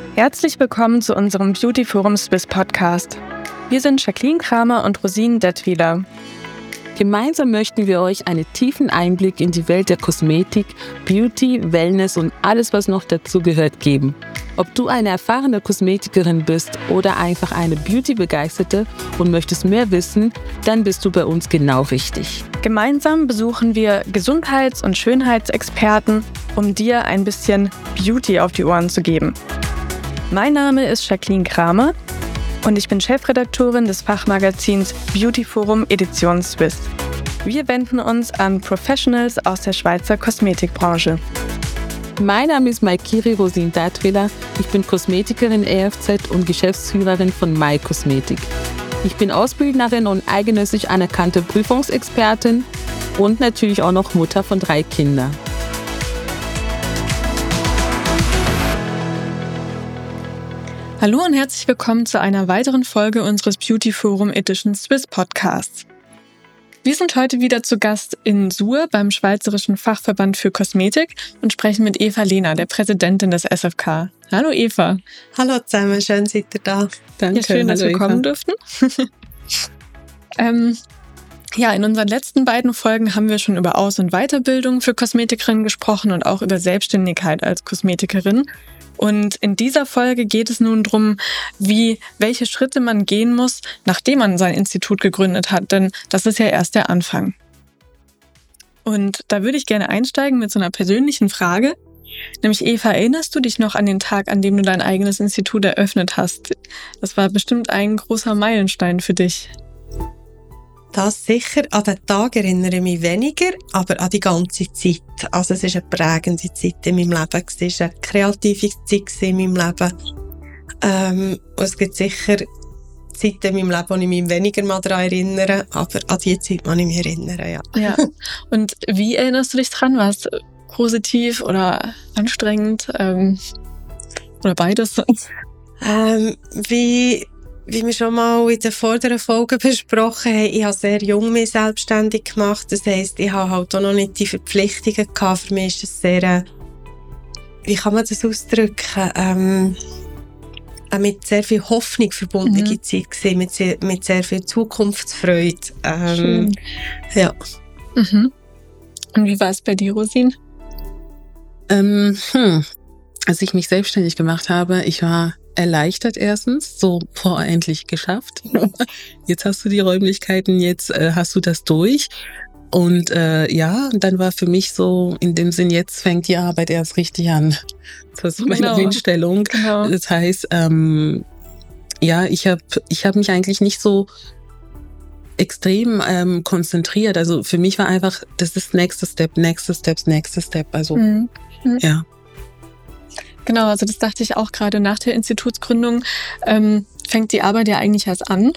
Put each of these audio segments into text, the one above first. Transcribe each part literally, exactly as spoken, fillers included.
Herzlich willkommen zu unserem Beauty Forum Swiss Podcast. Wir sind Jacqueline Kramer und Rosine Dettwiler. Gemeinsam möchten wir euch einen tiefen Einblick in die Welt der Kosmetik, Beauty, Wellness und alles, was noch dazu gehört, geben. Ob du eine erfahrene Kosmetikerin bist oder einfach eine Beauty-Begeisterte und möchtest mehr wissen, dann bist du bei uns genau richtig. Gemeinsam besuchen wir Gesundheits- und Schönheitsexperten, um dir ein bisschen Beauty auf die Ohren zu geben. Mein Name ist Jacqueline Kramer und ich bin Chefredakteurin des Fachmagazins Beauty Forum Edition Swiss. Wir wenden uns an Professionals aus der Schweizer Kosmetikbranche. Mein Name ist Maikiri Rosine Dettwiler. Ich bin Kosmetikerin E F Z und Geschäftsführerin von Mai Kosmetik. Ich bin Ausbildnerin und eigenössig anerkannte Prüfungsexpertin und natürlich auch noch Mutter von drei Kindern. Hallo und herzlich willkommen zu einer weiteren Folge unseres Beauty Forum Edition Swiss Podcasts. Wir sind heute wieder zu Gast in Suhr beim Schweizerischen Fachverband für Kosmetik und sprechen mit Eva Lehner, der Präsidentin des S F K. Hallo Eva. Hallo zusammen, schön seid ihr da. Danke. Ja, schön, dass Hallo, wir Eva. kommen durften. ähm, ja, in unseren letzten beiden Folgen haben wir schon über Aus- und Weiterbildung für Kosmetikerinnen gesprochen und auch über Selbstständigkeit als Kosmetikerin. Und in dieser Folge geht es nun darum, wie, welche Schritte man gehen muss, nachdem man sein Institut gegründet hat, denn das ist ja erst der Anfang. Und da würde ich gerne einsteigen mit so einer persönlichen Frage, nämlich Eva, erinnerst du dich noch an den Tag, an dem du dein eigenes Institut eröffnet hast? Das war bestimmt ein großer Meilenstein für dich. Das sicher. An den Tag erinnere ich mich weniger, aber an die ganze Zeit. Also es war eine prägende Zeit in meinem Leben. Es war eine kreative Zeit in meinem Leben. Ähm, und es gibt sicher Zeiten in meinem Leben, wo ich mich weniger mal daran erinnere, aber an die Zeit kann ich mich erinnern, ja. Ja. Und wie erinnerst du dich dran? War es positiv oder anstrengend? Ähm, oder beides? Ähm, wie... Wie wir schon mal in den vorderen Folgen besprochen haben, ich habe sehr jung mich selbstständig gemacht. Das heisst, ich habe halt auch noch nicht die Verpflichtungen gehabt. Für mich ist das sehr, äh, wie kann man das ausdrücken, ähm, mit sehr viel Hoffnung verbundene mhm. Zeit gewesen, mit sehr, mit sehr viel Zukunftsfreude. Ähm, Schön. Ja. Mhm. Und wie war es bei dir, Rosine? Ähm, hm. Als ich mich selbstständig gemacht habe, ich war erleichtert erstens, so, boah, endlich geschafft. Jetzt hast du die Räumlichkeiten, jetzt äh, hast du das durch. Und äh, ja, dann war für mich so, in dem Sinn, jetzt fängt die Arbeit erst richtig an. Das ist meine Genau. Einstellung. Genau. Das heißt, ähm, ja, ich habe ich hab mich eigentlich nicht so extrem ähm, konzentriert. Also für mich war einfach, das ist nächster Step, nächster Step, nächster Step. Also, mhm. Mhm. ja. Genau, also das dachte ich auch gerade nach der Institutsgründung, ähm, fängt die Arbeit ja eigentlich erst an.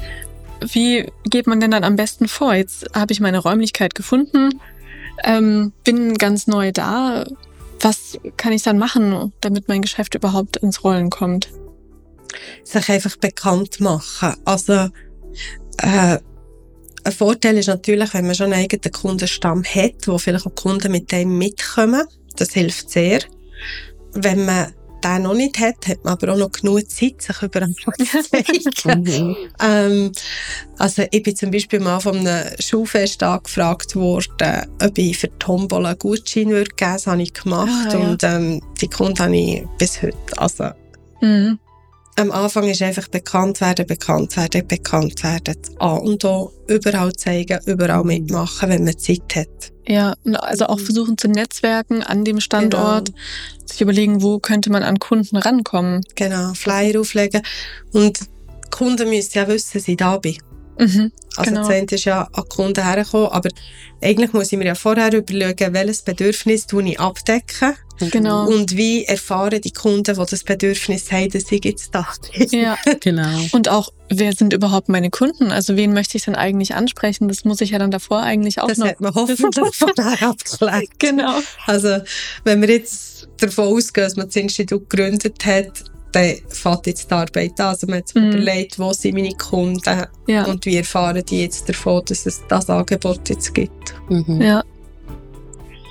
Wie geht man denn dann am besten vor? Jetzt habe ich meine Räumlichkeit gefunden, ähm, bin ganz neu da. Was kann ich dann machen, damit mein Geschäft überhaupt ins Rollen kommt? Sich einfach bekannt machen. Also, äh, ein Vorteil ist natürlich, wenn man schon einen eigenen Kundenstamm hat, wo vielleicht auch Kunden mit dem mitkommen. Das hilft sehr. Wenn man den noch nicht hat, hat man aber auch noch genug Zeit, sich überall zu zeigen. ähm, also ich bin zum Beispiel mal von einem Schulfest angefragt worden, ob ich für Tombola einen Gutschein würde geben. Das habe ich gemacht ah, ja. und ähm, die Kunden habe ich bis heute. Also, mhm. am Anfang ist einfach bekannt werden, bekannt werden, bekannt werden. A und O, überall zeigen, überall mitmachen, wenn man Zeit hat. Ja, also auch versuchen zu netzwerken an dem Standort, genau. Sich überlegen, wo könnte man an Kunden rankommen. Genau, Flyer auflegen. Und die Kunden müssen ja wissen, dass ich da bin. Mhm, also genau. das eine ist ja an die Kunden herkommen, aber eigentlich muss ich mir ja vorher überlegen, welches Bedürfnis ich abdecken. Genau. Und wie erfahren die Kunden, die das Bedürfnis haben, dass ich jetzt da bin. Ja, genau. Und auch, wer sind überhaupt meine Kunden? Also wen möchte ich denn eigentlich ansprechen? Das muss ich ja dann davor eigentlich auch das noch... Das hat man hoffentlich vorher abgeklärt. Genau. Also wenn wir jetzt davon ausgehen, dass man das Institut gegründet hat, dann fängt jetzt die Arbeit an. Also man hat sich mm. überlegt, wo sind meine Kunden ja. und wie erfahren die jetzt davon, dass es das Angebot jetzt gibt. Mhm. Ja.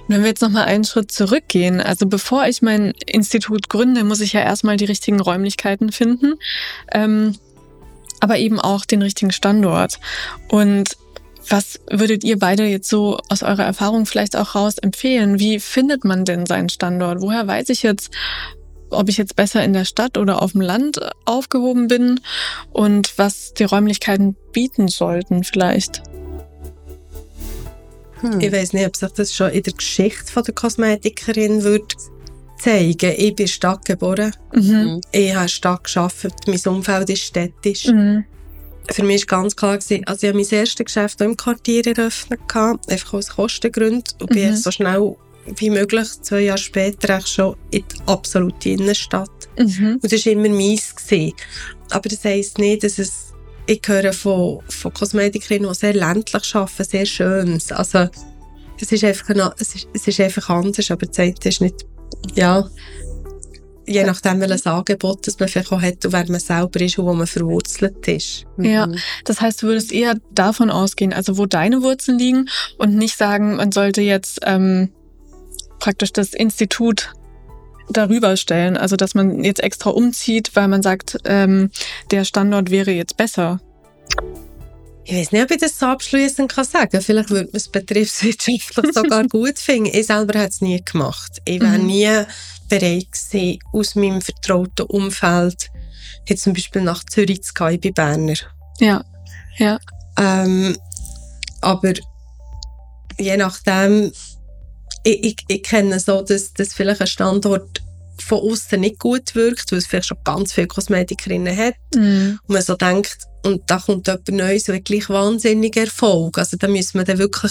Wenn wir jetzt nochmal einen Schritt zurückgehen, also bevor ich mein Institut gründe, muss ich ja erstmal die richtigen Räumlichkeiten finden, ähm, aber eben auch den richtigen Standort. Und was würdet ihr beide jetzt so aus eurer Erfahrung vielleicht auch raus empfehlen? Wie findet man denn seinen Standort? Woher weiß ich jetzt, ob ich jetzt besser in der Stadt oder auf dem Land aufgehoben bin und was die Räumlichkeiten bieten sollten vielleicht? Hm. Ich weiss nicht, ob sich das schon in der Geschichte von der Kosmetikerin würde zeigen. Ich bin in der Stadt geboren. Mhm. Ich habe in der Stadt gearbeitet. Mein Umfeld ist städtisch. Mhm. Für mich war ganz klar, also ich habe mein erstes Geschäft im Quartier eröffnet, einfach aus Kostengründen. Und bin Mhm. so schnell wie möglich, zwei Jahre später, schon in die absolute Innenstadt. Mhm. Und das war immer meins gewesen. Aber das heisst nicht, dass es, ich höre von, von Kosmetikerinnen, die sehr ländlich arbeiten, sehr schön. Also, es ist einfach, noch, es ist, es ist einfach anders, aber das eine ist nicht, ja, je nachdem, welches Angebot das man vielleicht auch hat und wer man selber ist und wo man verwurzelt ist. Ja, das heißt, du würdest eher davon ausgehen, also wo deine Wurzeln liegen und nicht sagen, man sollte jetzt ähm, praktisch das Institut darüber stellen, also dass man jetzt extra umzieht, weil man sagt, ähm, der Standort wäre jetzt besser. Ich weiß nicht, ob ich das so abschliessend kann sagen. Vielleicht würde man es betriebswirtschaftlich sogar gut finden. Ich selber hätte es nie gemacht. Ich wäre Mhm. nie bereit gewesen, aus meinem vertrauten Umfeld jetzt zum Beispiel nach Zürich zu gehen. Ich bin Berner. Ja, ja. Ähm, aber je nachdem, ich, ich, ich kenne so, dass, dass vielleicht ein Standort von außen nicht gut wirkt, weil es vielleicht schon ganz viele Kosmetikerinnen hat. Mhm. Und man so denkt, und da kommt jemand Neues und hat gleich wahnsinnigen Erfolg. Also da müssen wir dann wirklich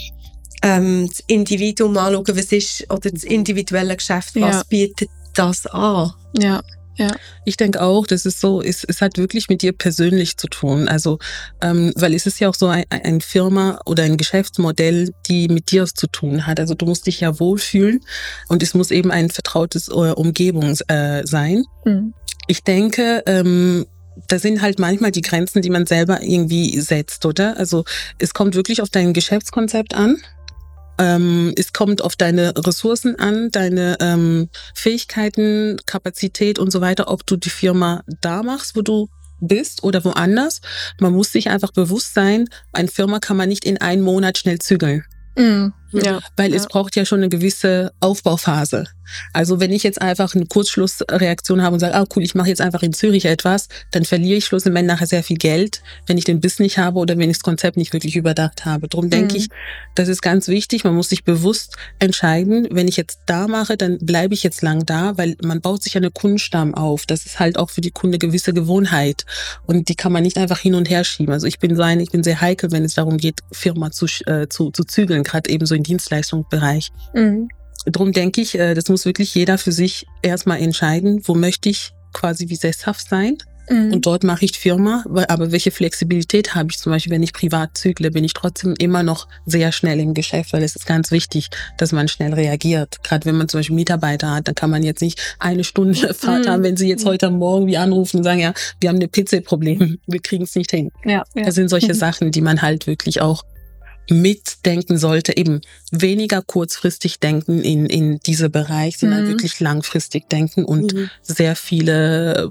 ähm, das Individuum anschauen, was ist, oder das individuelle Geschäft, was Ja. bietet das an? Ja, ja. Ich denke auch, das ist so, es, es hat wirklich mit dir persönlich zu tun. Also, ähm, weil es ist ja auch so ein, ein Firma oder ein Geschäftsmodell, die mit dir zu tun hat. Also du musst dich ja wohlfühlen und es muss eben ein vertrautes äh, Umgebung äh, sein. Mhm. Ich denke, ähm, da sind halt manchmal die Grenzen, die man selber irgendwie setzt, oder? Also es kommt wirklich auf dein Geschäftskonzept an. Ähm, es kommt auf deine Ressourcen an, deine ähm, Fähigkeiten, Kapazität und so weiter, ob du die Firma da machst, wo du bist oder woanders. Man muss sich einfach bewusst sein, eine Firma kann man nicht in einem Monat schnell zügeln. Mhm. Ja. Weil Ja. es braucht ja schon eine gewisse Aufbauphase. Also wenn ich jetzt einfach eine Kurzschlussreaktion habe und sage, ah cool, ich mache jetzt einfach in Zürich etwas, dann verliere ich schlussendlich nachher sehr viel Geld, wenn ich den Biss nicht habe oder wenn ich das Konzept nicht wirklich überdacht habe. Darum denke Mhm. ich, das ist ganz wichtig. Man muss sich bewusst entscheiden, wenn ich jetzt da mache, dann bleibe ich jetzt lang da, weil man baut sich ja eine Kundenstamm auf. Das ist halt auch für die Kunde gewisse Gewohnheit und die kann man nicht einfach hin und her schieben. Also ich bin so eine, ich bin sehr heikel, wenn es darum geht, Firma zu, äh, zu, zu zügeln, gerade eben so im Dienstleistungsbereich. Mhm. Drum denke ich, äh, das muss wirklich jeder für sich erstmal entscheiden, wo möchte ich quasi wie sesshaft sein. Mhm. Und dort mache ich Firma, weil- aber welche Flexibilität habe ich zum Beispiel, wenn ich privat zügle, bin ich trotzdem immer noch sehr schnell im Geschäft, weil es ist ganz wichtig, dass man schnell reagiert. Gerade wenn man zum Beispiel Mitarbeiter hat, dann kann man jetzt nicht eine Stunde Fahrt Mhm. haben, wenn sie jetzt heute Morgen wie anrufen und sagen, ja, wir haben eine Pizza-Problem, wir kriegen es nicht hin. Ja, ja. Das sind solche Mhm. Sachen, die man halt wirklich auch mitdenken sollte, eben weniger kurzfristig denken in, in diese Bereich, sondern Mhm. wirklich langfristig denken und Mhm. sehr viele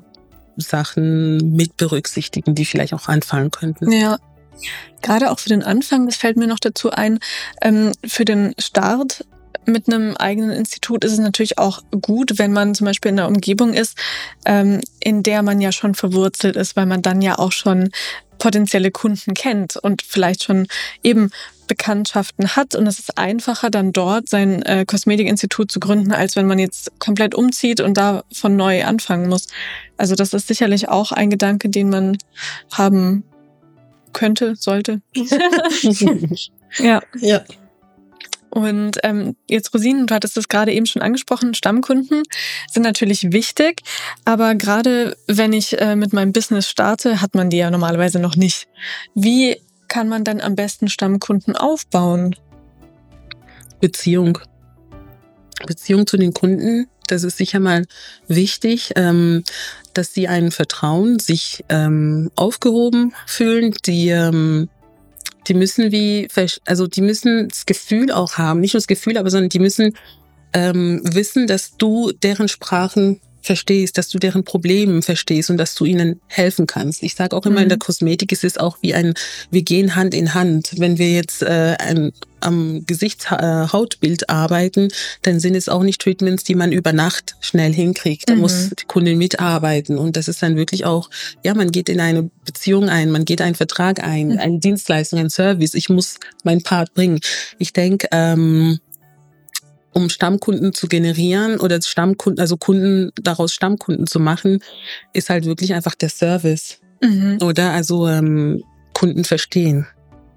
Sachen mit berücksichtigen, die vielleicht auch anfallen könnten. Ja, gerade auch für den Anfang, das fällt mir noch dazu ein, ähm, für den Start mit einem eigenen Institut ist es natürlich auch gut, wenn man zum Beispiel in einer Umgebung ist, ähm, in der man ja schon verwurzelt ist, weil man dann ja auch schon potenzielle Kunden kennt und vielleicht schon eben Bekanntschaften hat. Und es ist einfacher, dann dort sein äh, Kosmetikinstitut zu gründen, als wenn man jetzt komplett umzieht und da von neu anfangen muss. Also das ist sicherlich auch ein Gedanke, den man haben könnte, sollte. Ja. Ja. Und ähm, jetzt Rosinen, du hattest das gerade eben schon angesprochen, Stammkunden sind natürlich wichtig, aber gerade wenn ich äh, mit meinem Business starte, hat man die ja normalerweise noch nicht. Wie kann man dann am besten Stammkunden aufbauen? Beziehung. Beziehung zu den Kunden, das ist sicher mal wichtig, ähm, dass sie einem vertrauen, sich ähm, aufgehoben fühlen, die ähm, Die müssen wie, also die müssen das Gefühl auch haben, nicht nur das Gefühl, aber sondern die müssen ähm, wissen, dass du deren Sprachen verstehst, dass du deren Probleme verstehst und dass du ihnen helfen kannst. Ich sage auch immer, mhm. in der Kosmetik ist es auch wie ein, wir gehen Hand in Hand. Wenn wir jetzt äh, ein, am Gesichtshautbild arbeiten, dann sind es auch nicht Treatments, die man über Nacht schnell hinkriegt. Da mhm. muss die Kundin mitarbeiten und das ist dann wirklich auch, ja, man geht in eine Beziehung ein, man geht einen Vertrag ein, mhm. eine Dienstleistung, ein Service. Ich muss meinen Part bringen. Ich denke, ähm, um Stammkunden zu generieren oder Stammkunden, also Kunden daraus Stammkunden zu machen, ist halt wirklich einfach der Service. Mhm. Oder also ähm, Kunden verstehen.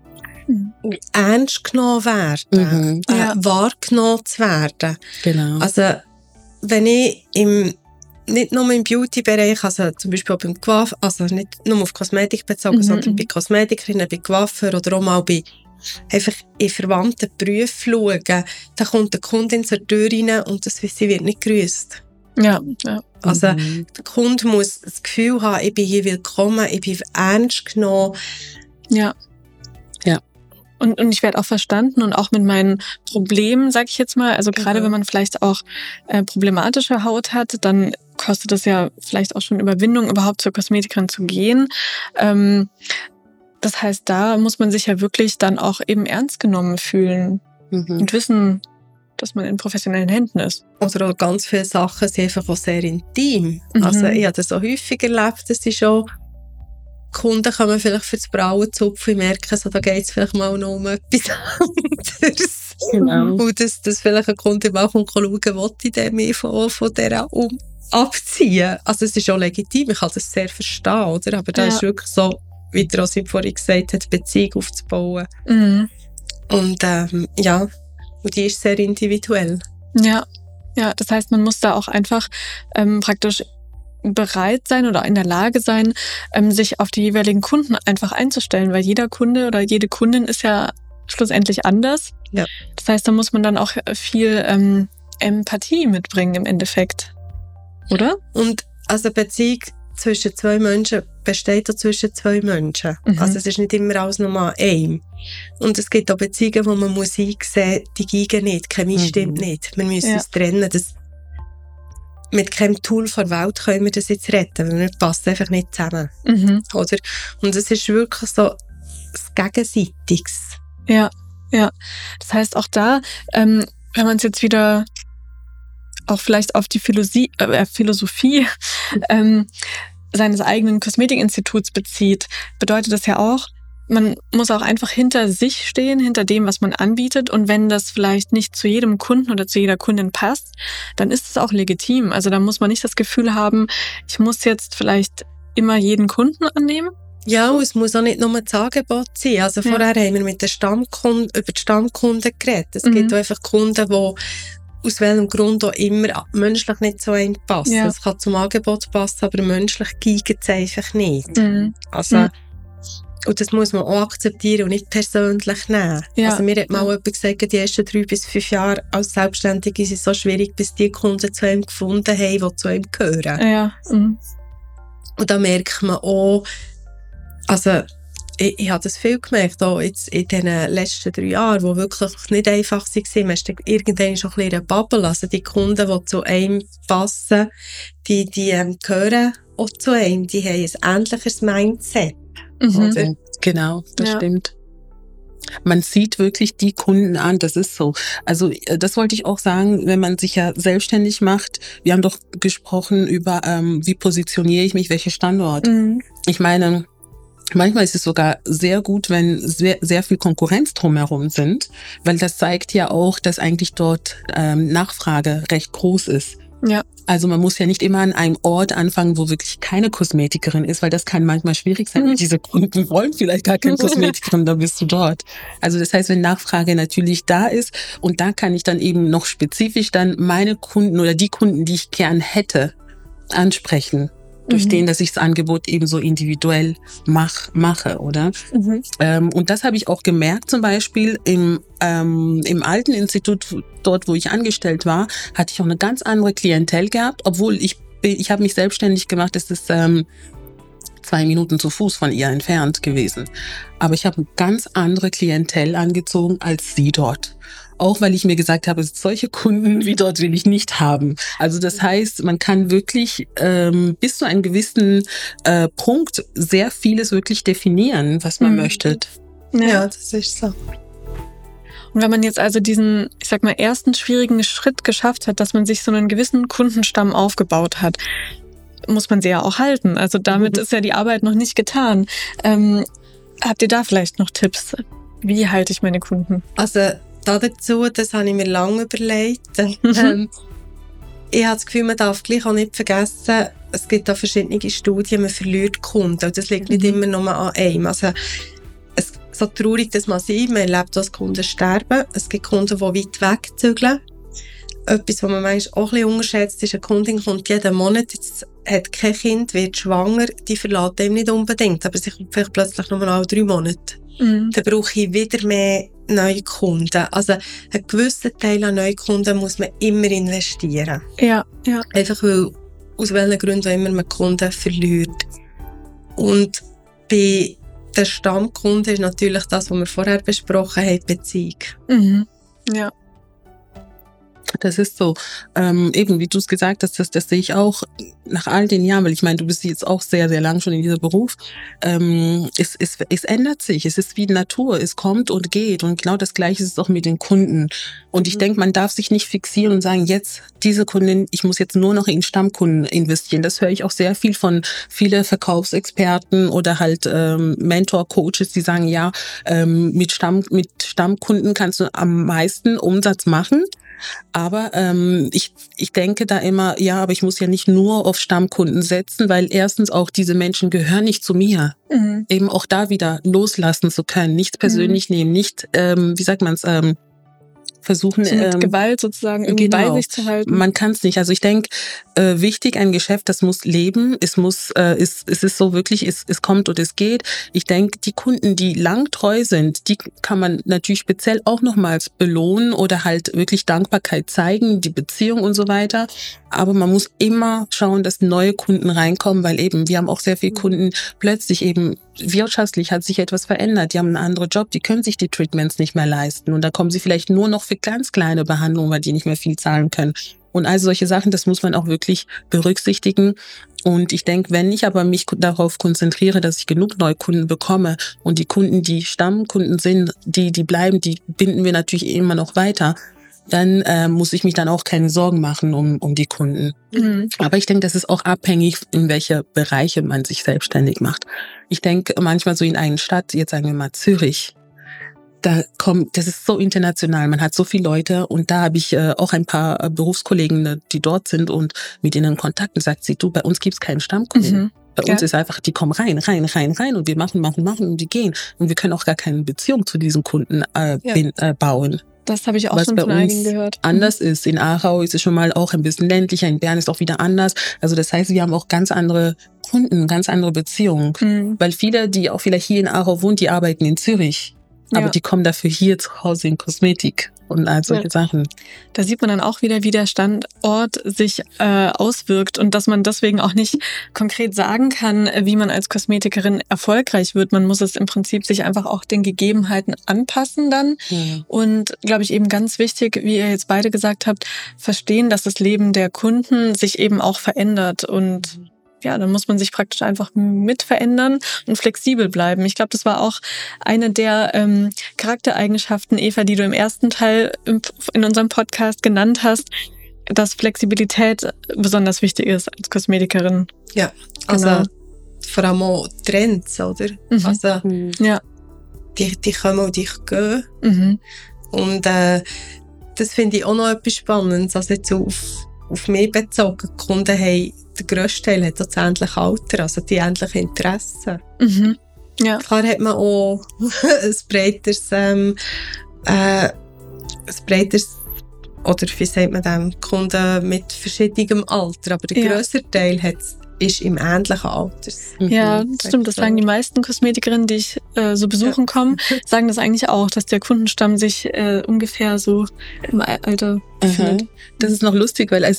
Ernst genommen werden, mhm. äh, ja. wahrgenommen zu werden. Genau. Also wenn ich im nicht nur im Beauty-Bereich, also zum Beispiel auch beim Coiffeur, also nicht nur auf Kosmetik bezogen, mhm. sondern bei Kosmetikerinnen, bei Coiffeur oder auch mal bei einfach in verwandten Berufen schauen, da kommt die Kundin zur Tür rein und das, sie wird nicht gegrüßt. Ja, ja. Also mhm. der Kunde muss das Gefühl haben, ich bin hier willkommen, ich bin ernst genommen. Ja. Ja. Und, und ich werde auch verstanden und auch mit meinen Problemen, sag ich jetzt mal, also genau. gerade wenn man vielleicht auch äh, problematische Haut hat, dann kostet es ja vielleicht auch schon Überwindung, überhaupt zur Kosmetikerin zu gehen. Ähm, Das heißt, da muss man sich ja wirklich dann auch eben ernst genommen fühlen mhm. und wissen, dass man in professionellen Händen ist. Oder auch ganz viele Sachen sind einfach auch sehr intim. Mhm. Also ich habe das so häufig erlebt, dass sie schon Kunden kommen vielleicht für das Brauenzupfen und merken, so, da geht es vielleicht mal noch um etwas anderes. Genau. Und dass, dass vielleicht ein Kunde mal kommt, schauen, will ich denn mehr von, von dieser um abziehen. Also es ist schon legitim, ich kann das sehr verstehen, oder? Aber da ja. ist wirklich so, wie der Rosi vorhin gesagt hat, Beziehung aufzubauen. Mhm. Und ähm, ja, und die ist sehr individuell. Ja, ja, das heißt, man muss da auch einfach ähm, praktisch bereit sein oder in der Lage sein, ähm, sich auf die jeweiligen Kunden einfach einzustellen, weil jeder Kunde oder jede Kundin ist ja schlussendlich anders. Ja. Das heißt, da muss man dann auch viel ähm, Empathie mitbringen im Endeffekt, oder? Und also Beziehung zwischen zwei Menschen besteht auch zwischen zwei Menschen. Mhm. Also es ist nicht immer alles nur ein. Und es gibt auch Beziehungen, wo man muss einsehen, die gehen nicht, die Chemie mhm. stimmt nicht. Wir müssen ja. uns trennen. Das, mit keinem Tool der Welt können wir das jetzt retten, weil wir passen einfach nicht zusammen. Mhm. Oder? Und es ist wirklich so das Gegenseitiges. Ja, ja. Das heißt auch da, ähm, wenn man es jetzt wieder auch vielleicht auf die Philosophie, äh, Philosophie ähm, seines eigenen Kosmetikinstituts bezieht, bedeutet das ja auch, man muss auch einfach hinter sich stehen, hinter dem, was man anbietet. Und wenn das vielleicht nicht zu jedem Kunden oder zu jeder Kundin passt, dann ist es auch legitim. Also da muss man nicht das Gefühl haben, ich muss jetzt vielleicht immer jeden Kunden annehmen. Ja, und es muss auch nicht nur das Angebot sein. Also ja. vorher haben wir mit den Stammkunden, über die Stammkunden geredet. Es mhm. gibt auch einfach Kunden, die aus welchem Grund auch immer menschlich nicht so einpassen. Ja. Es kann zum Angebot passen, aber menschlich geht es einfach nicht. Mhm. Also, mhm. Und das muss man auch akzeptieren und nicht persönlich nehmen. Ja. Also mir hat mal jemand gesagt, die ersten drei bis fünf Jahre als Selbstständige sind so schwierig, bis die Kunden zu einem gefunden haben, die zu ihm gehören. Ja. Mhm. Und da merkt man auch, also ich, ich habe das viel gemerkt, auch jetzt in den letzten drei Jahren, die wirklich nicht einfach waren. Man ist irgendwann schon ein bisschen in einer Bubble. Also die Kunden, die zu einem passen, die, die ähm, gehören auch zu einem. Die haben ein ähnliches Mindset. Mhm. Oder? Genau, das ja. stimmt. Man sieht wirklich die Kunden an, das ist so. Also das wollte ich auch sagen, wenn man sich ja selbstständig macht. Wir haben doch gesprochen über, ähm, wie positioniere ich mich, welcher Standort. Mhm. Ich meine, manchmal ist es sogar sehr gut, wenn sehr, sehr viel Konkurrenz drumherum sind, weil das zeigt ja auch, dass eigentlich dort ähm, Nachfrage recht groß ist. Ja. Also man muss ja nicht immer an einem Ort anfangen, wo wirklich keine Kosmetikerin ist, weil das kann manchmal schwierig sein. Mhm. Diese Kunden wollen vielleicht gar keine Kosmetikerin, dann bist du dort. Also das heißt, wenn Nachfrage natürlich da ist und da kann ich dann eben noch spezifisch dann meine Kunden oder die Kunden, die ich gern hätte, ansprechen. Durch mhm. den, dass ich das Angebot eben so individuell mach, mache, oder? Mhm. Ähm, und das habe ich auch gemerkt, zum Beispiel im, ähm, im alten Institut, dort wo ich angestellt war, hatte ich auch eine ganz andere Klientel gehabt, obwohl ich, ich habe mich selbstständig gemacht, das ist ähm, zwei Minuten zu Fuß von ihr entfernt gewesen. Aber ich habe eine ganz andere Klientel angezogen als sie dort. Auch weil ich mir gesagt habe, solche Kunden wie dort will ich nicht haben. Also das heißt, man kann wirklich ähm, bis zu einem gewissen äh, Punkt sehr vieles wirklich definieren, was man mhm. möchte. Ja. ja, das ist so. Und wenn man jetzt also diesen, ich sag mal, ersten schwierigen Schritt geschafft hat, dass man sich so einen gewissen Kundenstamm aufgebaut hat, muss man sie ja auch halten. Also damit mhm. ist ja die Arbeit noch nicht getan. Ähm, habt ihr da vielleicht noch Tipps? Wie halte ich meine Kunden? Also dazu, das habe ich mir lange überlegt. ähm, ich habe das Gefühl, man darf gleich auch nicht vergessen, es gibt auch verschiedene Studien, man verliert Kunden. Und das liegt nicht mhm. immer nur an einem. Also, es, so traurig das man sein, man erlebt, dass Kunden sterben. Es gibt Kunden, die weit wegzügeln. Etwas, was man manchmal auch ein bisschen unterschätzt, ist, eine Kundin kommt jeden Monat, jetzt hat kein Kind, wird schwanger, die verlässt ihm nicht unbedingt, aber sie kommt vielleicht plötzlich nur alle drei Monate. Mhm. Dann brauche ich wieder mehr neue Kunden. Also einen gewissen Teil an neuen Kunden muss man immer investieren. Ja, ja. Einfach weil, aus welchen Gründen immer man Kunden verliert. Und bei den Stammkunden ist natürlich das, was wir vorher besprochen haben, die Beziehung. Mhm. Ja. Das ist so. Ähm, eben, wie du es gesagt hast, das, das sehe ich auch nach all den Jahren, weil ich meine, du bist jetzt auch sehr, sehr lang schon in diesem Beruf. Ähm, es, es, es ändert sich. Es ist wie Natur. Es kommt und geht. Und genau das Gleiche ist es auch mit den Kunden. Und ich mhm. denke, man darf sich nicht fixieren und sagen, jetzt diese Kundin, ich muss jetzt nur noch in Stammkunden investieren. Das höre ich auch sehr viel von vielen Verkaufsexperten oder halt ähm, Mentor-Coaches, die sagen, ja, ähm, mit, Stamm, mit Stammkunden kannst du am meisten Umsatz machen. Aber ähm, ich, ich denke da immer, ja, aber ich muss ja nicht nur auf Stammkunden setzen, weil erstens auch diese Menschen gehören nicht zu mir. Mhm. Eben auch da wieder loslassen zu können, nichts persönlich mhm. nehmen, nicht, ähm, wie sagt man es, ähm, versuchen, so mit ähm, Gewalt sozusagen irgendwie genau, bei sich zu halten. Man kann es nicht. Also ich denke, äh, wichtig, ein Geschäft, das muss leben. Es muss, äh, es, es ist so wirklich, es, es kommt und es geht. Ich denke, die Kunden, die lang treu sind, die kann man natürlich speziell auch nochmals belohnen oder halt wirklich Dankbarkeit zeigen, die Beziehung und so weiter. Aber man muss immer schauen, dass neue Kunden reinkommen, weil eben, wir haben auch sehr viele Kunden, plötzlich eben wirtschaftlich hat sich etwas verändert. Die haben einen anderen Job, die können sich die Treatments nicht mehr leisten. Und da kommen sie vielleicht nur noch für ganz kleine Behandlungen, weil die nicht mehr viel zahlen können. Und all solche Sachen, das muss man auch wirklich berücksichtigen. Und ich denke, wenn ich aber mich darauf konzentriere, dass ich genug Neukunden bekomme und die Kunden, die Stammkunden sind, die, die bleiben, die binden wir natürlich immer noch weiter, dann äh, muss ich mich dann auch keine Sorgen machen um, um die Kunden. Mhm. Aber ich denke, das ist auch abhängig, in welche Bereiche man sich selbstständig macht. Ich denke manchmal so in einer Stadt, jetzt sagen wir mal Zürich, da kommt, das ist so international, man hat so viele Leute und da habe ich äh, auch ein paar äh, Berufskollegen, die dort sind und mit ihnen in Kontakt und sagt sie, du, bei uns gibt's keinen Stammkunden. Mhm. Bei uns ja. ist einfach, die kommen rein, rein, rein, rein und wir machen, machen, machen und die gehen. Und wir können auch gar keine Beziehung zu diesen Kunden äh, ja. bin, äh, bauen. Das habe ich auch was schon von einigen gehört. Anders ist. In Aarau ist es schon mal auch ein bisschen ländlicher, in Bern ist auch wieder anders. Also das heißt, wir haben auch ganz andere Kunden, ganz andere Beziehungen. Mhm. Weil viele, die auch vielleicht hier in Aarau wohnen, die arbeiten in Zürich. Aber ja. die kommen dafür hier zu Hause in Kosmetik und all solche ja. Sachen. Da sieht man dann auch wieder, wie der Standort sich äh, auswirkt und dass man deswegen auch nicht konkret sagen kann, wie man als Kosmetikerin erfolgreich wird. Man muss es im Prinzip sich einfach auch den Gegebenheiten anpassen dann. Ja. Und glaube ich eben ganz wichtig, wie ihr jetzt beide gesagt habt, verstehen, dass das Leben der Kunden sich eben auch verändert und mhm. ja, dann muss man sich praktisch einfach mit verändern und flexibel bleiben. Ich glaube, das war auch eine der ähm, Charaktereigenschaften, Eva, die du im ersten Teil im, in unserem Podcast genannt hast, dass Flexibilität besonders wichtig ist als Kosmetikerin. Ja, also genau. Vor allem auch Trends, oder? Mhm. Also ja. die, die kommen und die gehen. Mhm. Und äh, das finde ich auch noch etwas Spannendes, also jetzt auf, auf mich bezogen. Die Kunden haben der grösste Teil hat das ähnliche Alter, also die ähnlichen Interessen. Mhm. Ja. Klar hat man auch ein breiteres, ähm, äh, ein breiteres, oder wie sagt man dem, Kunden mit verschiedenem Alter, aber der ja. grössere Teil hat, ist im ähnlichen Alter. Ja, das stimmt, das sagen die meisten Kosmetikerinnen, die ich äh, so besuchen ja. komme, sagen das eigentlich auch, dass der Kundenstamm sich äh, ungefähr so im Alter befindet. Das ist noch lustig, weil als ich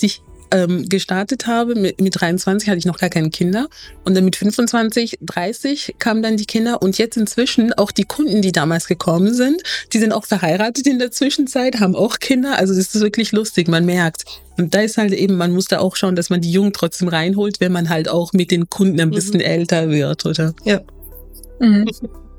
ähm, gestartet habe, mit, mit dreiundzwanzig hatte ich noch gar keine Kinder. Und dann mit fünfundzwanzig, dreißig kamen dann die Kinder. Und jetzt inzwischen auch die Kunden, die damals gekommen sind, die sind auch verheiratet in der Zwischenzeit, haben auch Kinder. Also das ist wirklich lustig, man merkt. Und da ist halt eben, man muss da auch schauen, dass man die Jungen trotzdem reinholt, wenn man halt auch mit den Kunden ein bisschen mhm. älter wird, oder? Ja. Mhm.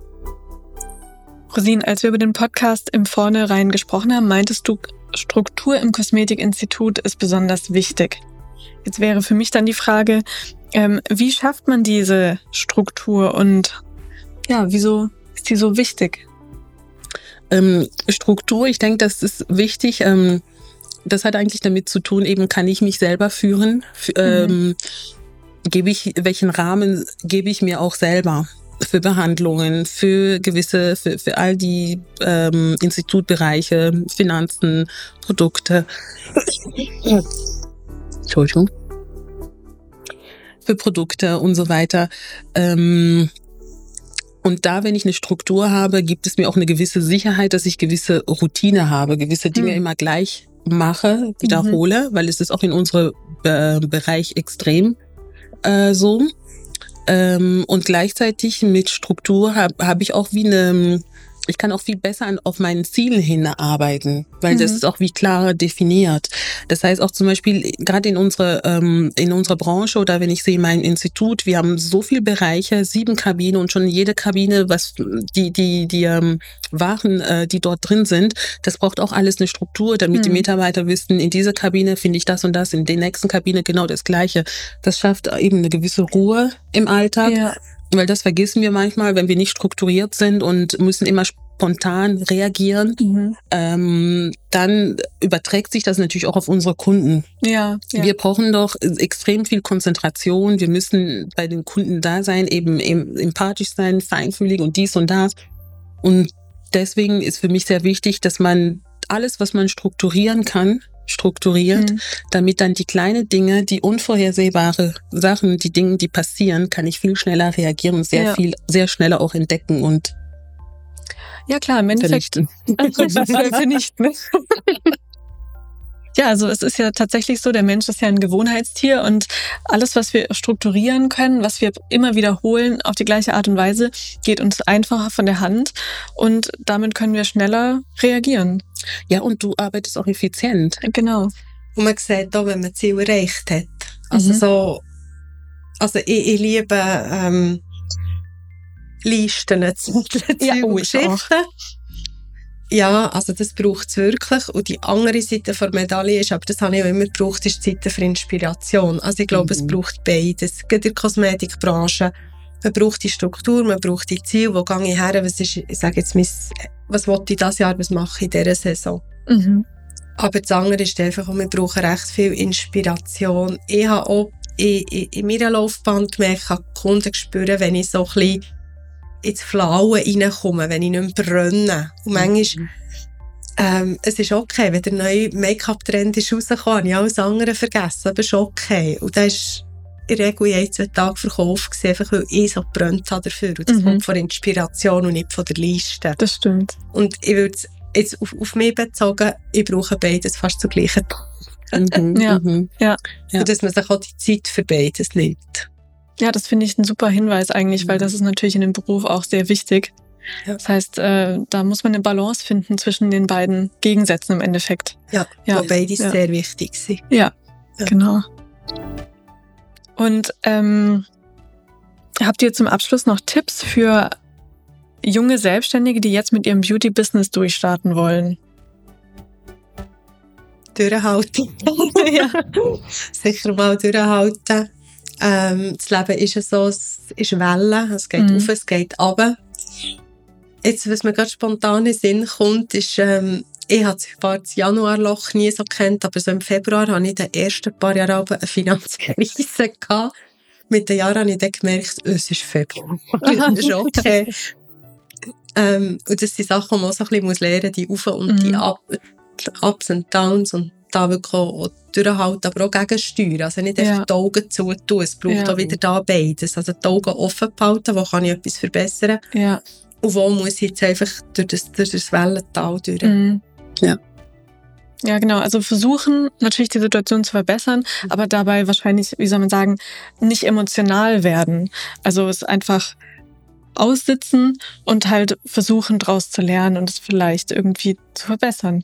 Rosine, als wir über den Podcast im Vornherein gesprochen haben, meintest du, Struktur im Kosmetikinstitut ist besonders wichtig. Jetzt wäre für mich dann die Frage, ähm, wie schafft man diese Struktur und ja, wieso ist die so wichtig? Ähm, Struktur, ich denke, das ist wichtig. Ähm, das hat eigentlich damit zu tun, eben kann ich mich selber führen, f- ähm, mhm. gebe ich, welchen Rahmen gebe ich mir auch selber für Behandlungen, für gewisse, für, für all die ähm, Institutbereiche, Finanzen, Produkte. Entschuldigung. Für Produkte und so weiter. Ähm, und da, wenn ich eine Struktur habe, gibt es mir auch eine gewisse Sicherheit, dass ich gewisse Routine habe, gewisse Dinge mhm. immer gleich mache, wiederhole, mhm. weil es ist auch in unserem äh, Bereich extrem äh, so. Ähm, und gleichzeitig mit Struktur habe hab ich auch wie eine, ich kann auch viel besser an, auf meinen Zielen hinarbeiten, weil mhm. das ist auch wie klarer definiert. Das heißt auch zum Beispiel, gerade in unserer, ähm, in unserer Branche oder wenn ich sehe mein Institut, wir haben so viele Bereiche, sieben Kabinen und schon jede Kabine, was die, die, die ähm, Waren, äh, die dort drin sind, das braucht auch alles eine Struktur, damit mhm. die Mitarbeiter wissen, in dieser Kabine finde ich das und das, in der nächsten Kabine genau das Gleiche. Das schafft eben eine gewisse Ruhe im Alltag. Ja. Weil das vergessen wir manchmal, wenn wir nicht strukturiert sind und müssen immer spontan reagieren, mhm. ähm, dann überträgt sich das natürlich auch auf unsere Kunden. Ja, ja. Wir brauchen doch extrem viel Konzentration. Wir müssen bei den Kunden da sein, eben, eben empathisch sein, feinfühlig und dies und das. Und deswegen ist für mich sehr wichtig, dass man alles, was man strukturieren kann, strukturiert, mhm. damit dann die kleinen Dinge, die unvorhersehbare Sachen, die Dinge, die passieren, kann ich viel schneller reagieren und sehr ja. viel, sehr schneller auch entdecken und ja klar, im Endeffekt vernichten. Ja, also es ist ja tatsächlich so, der Mensch ist ja ein Gewohnheitstier und alles, was wir strukturieren können, was wir immer wiederholen auf die gleiche Art und Weise, geht uns einfacher von der Hand und damit können wir schneller reagieren. Ja, und du arbeitest auch effizient. Genau. Und man sieht auch, wenn man Ziel erreicht hat. Also mhm. so, also ich, ich liebe ähm, Listen, Zettel, ja, Ziel oh, und Geschichten. Ja, also das braucht es wirklich. Und die andere Seite der Medaille ist, aber das habe ich auch immer gebraucht, ist die Seite für Inspiration. Also ich glaube, mhm. es braucht beides. Gerade in der Kosmetikbranche. Man braucht die Struktur, man braucht die Ziele. Wo gehe ich her? Was ist, ich sage jetzt, mein, was will ich dieses Jahr, was mache ich in dieser Saison? Mhm. Aber das andere ist einfach, wir brauchen recht viel Inspiration. Ich habe auch in, in, in meiner Laufbahn gemerkt, ich kann die Kunden spüren, wenn ich so ein bisschen ins Flauen reinkommen, wenn ich nicht mehr brenne. Und manchmal, mhm. ähm, es ist okay, wenn der neue Make-up-Trend ist rausgekommen, habe ich alles andere vergessen, aber es ist okay. Und das ist in der Regel ein, zwei Tage verkauft gewesen, einfach weil ich so gebrannt habe dafür. Und das mhm. kommt von Inspiration und nicht von der Liste. Das stimmt. Und ich würde es jetzt auf, auf mich bezogen, ich brauche beides fast zur gleichen Zeit. Mhm. ja. Mhm. Ja. Und dass man sich auch die Zeit für beides nimmt. Ja, das finde ich ein super Hinweis eigentlich, weil das ist natürlich in dem Beruf auch sehr wichtig. Ja. Das heißt, äh, da muss man eine Balance finden zwischen den beiden Gegensätzen im Endeffekt. Ja, ja. wo beide ja. sehr wichtig sind. Ja, ja. genau. Und ähm, habt ihr zum Abschluss noch Tipps für junge Selbstständige, die jetzt mit ihrem Beauty-Business durchstarten wollen? Durchhalten. ja. Sicher mal durchhalten. Ähm, das Leben ist ja so, es ist Wellen, es geht mhm. auf, es geht runter. Jetzt, was mir gerade spontan in den Sinn kommt, ist, ähm, ich habe das Januarloch nie so gekannt, aber so im Februar hatte ich in den ersten paar Jahren eine Finanzkrise gehabt. Mit den Jahren habe ich dann gemerkt, oh, es ist Februar. Das ist okay. ähm, und das sind Sachen, die man auch so ein bisschen lernen muss, die Auf- und mhm. die Up, Ups und Downs und da wirklich auch durchhalten, aber auch gegensteuern. Also nicht einfach ja. die Augen zutun. Es braucht ja. auch wieder da beides. Also die Augen offen behalten, wo kann ich etwas verbessern. Ja. Und wo muss ich jetzt einfach durch das, durch das Wellental durch. Mhm. Ja. Ja, genau. Also versuchen natürlich die Situation zu verbessern, aber dabei wahrscheinlich, wie soll man sagen, nicht emotional werden. Also es einfach aussitzen und halt versuchen, daraus zu lernen und es vielleicht irgendwie zu verbessern.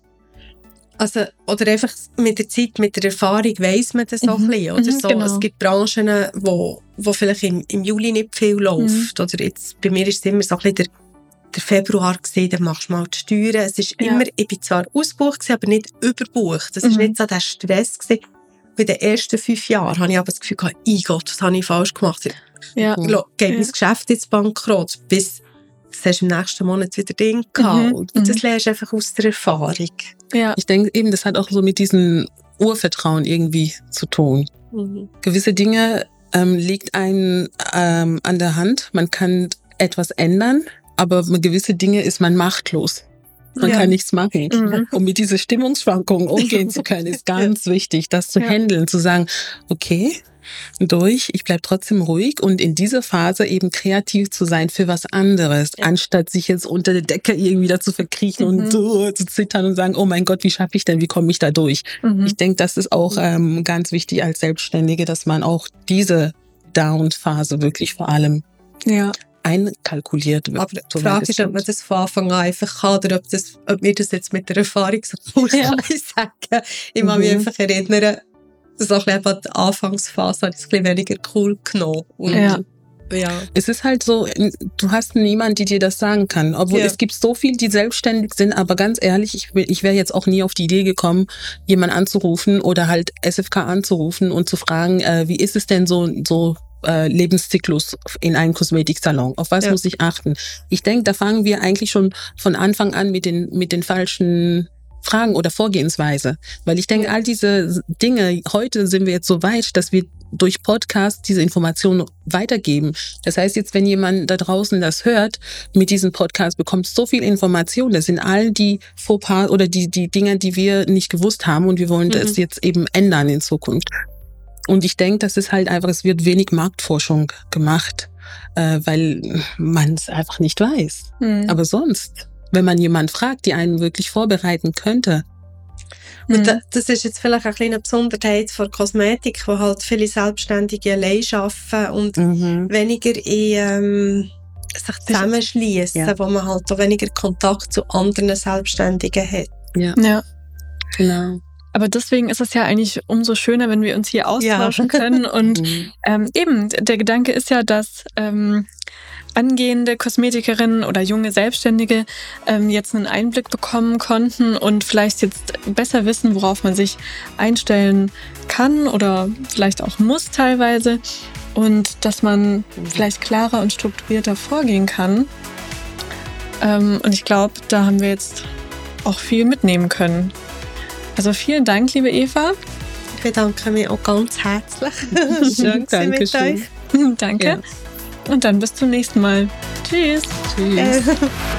Also, oder einfach mit der Zeit, mit der Erfahrung weiss man das auch Mhm. ein bisschen. Oder Mhm, so. genau. Es gibt Branchen, wo, wo vielleicht im, im Juli nicht viel läuft. Mhm. Oder jetzt, bei mir war es immer so ein bisschen der, der Februar gewesen, dann machst du mal die Steuern. Es ist Ja. immer, ich bin zwar ausgebucht gewesen, aber nicht überbucht. Das war Mhm. nicht so der Stress gewesen. Bei den ersten fünf Jahren habe ich aber das Gefühl gehabt, «Ei Gott, was habe ich falsch gemacht?» Ja. Mhm. Lo- Geht Ja. mein Geschäft ins Bankrott, bis das hast du im nächsten Monat wieder Ding gehabt. Mhm. Und das Mhm. lernst du einfach aus der Erfahrung. Ja. Ich denke eben, das hat auch so mit diesem Urvertrauen irgendwie zu tun. Mhm. Gewisse Dinge ähm, liegt einem ähm, an der Hand. Man kann etwas ändern, aber mit gewisse Dinge ist man machtlos. Man Ja. kann nichts machen. Mhm. Um mit diesen Stimmungsschwankungen umgehen zu können, ist ganz wichtig, das zu Ja. handeln, zu sagen, okay, durch, ich bleib trotzdem ruhig und in dieser Phase eben kreativ zu sein für was anderes, Ja. anstatt sich jetzt unter der Decke irgendwie da zu verkriechen Mhm. und so zu zittern und sagen, oh mein Gott, wie schaffe ich denn, wie komme ich da durch? Mhm. Ich denke, das ist auch ähm, ganz wichtig als Selbstständige, dass man auch diese Down-Phase wirklich vor allem Ja. einkalkuliert wird. Aber die soweit Frage es ist, ob geht. man das von Anfang an einfach kann oder ob, das, ob mir das jetzt mit der Erfahrung so cool Ja. kann ich sagen. Ich kann mich Mhm. einfach erinnern, so ein bisschen an die Anfangsphase habe ich es ein bisschen weniger cool genommen. Und Ja. ja. Es ist halt so, du hast niemanden, die dir das sagen kann. Obwohl Ja. es gibt so viele, die selbstständig sind, aber ganz ehrlich, ich, will- ich wäre jetzt auch nie auf die Idee gekommen, jemanden anzurufen oder halt S F K anzurufen und zu fragen, äh, wie ist es denn so, so äh, Lebenszyklus in einem Kosmetiksalon? Auf was Ja. muss ich achten? Ich denke, da fangen wir eigentlich schon von Anfang an mit den, mit den falschen Fragen oder Vorgehensweise. Weil ich denke, Ja. all diese Dinge, heute sind wir jetzt so weit, dass wir durch Podcast diese Informationen weitergeben. Das heißt jetzt, wenn jemand da draußen das hört, mit diesem Podcast bekommt so viel Information. Das sind all die Fauxpas oder die, die Dinge, die wir nicht gewusst haben und wir wollen Mhm. das jetzt eben ändern in Zukunft. Und ich denke, das ist halt einfach, es wird wenig Marktforschung gemacht, äh, weil man es einfach nicht weiß. Mhm. Aber sonst, wenn man jemanden fragt, die einen wirklich vorbereiten könnte, Und Mhm. da, das ist jetzt vielleicht eine kleine Besonderheit von Kosmetik, wo halt viele Selbstständige allein arbeiten und weniger in, ähm, sich zusammenschließen, Ja. wo man halt auch weniger Kontakt zu anderen Selbstständigen hat. Ja. genau. Aber deswegen ist es ja eigentlich umso schöner, wenn wir uns hier austauschen Ja. können. Und Mhm. ähm, eben, der Gedanke ist ja, dass ähm, angehende Kosmetikerinnen oder junge Selbstständige ähm, jetzt einen Einblick bekommen konnten und vielleicht jetzt besser wissen, worauf man sich einstellen kann oder vielleicht auch muss teilweise. Und dass man vielleicht klarer und strukturierter vorgehen kann. Ähm, und ich glaube, da haben wir jetzt auch viel mitnehmen können. Also vielen Dank, liebe Eva. Ich bedanke mich auch ganz herzlich. Schön gewesen mit Dankeschön. euch. Danke. Ja. Und dann bis zum nächsten Mal. Tschüss. Tschüss. Äh,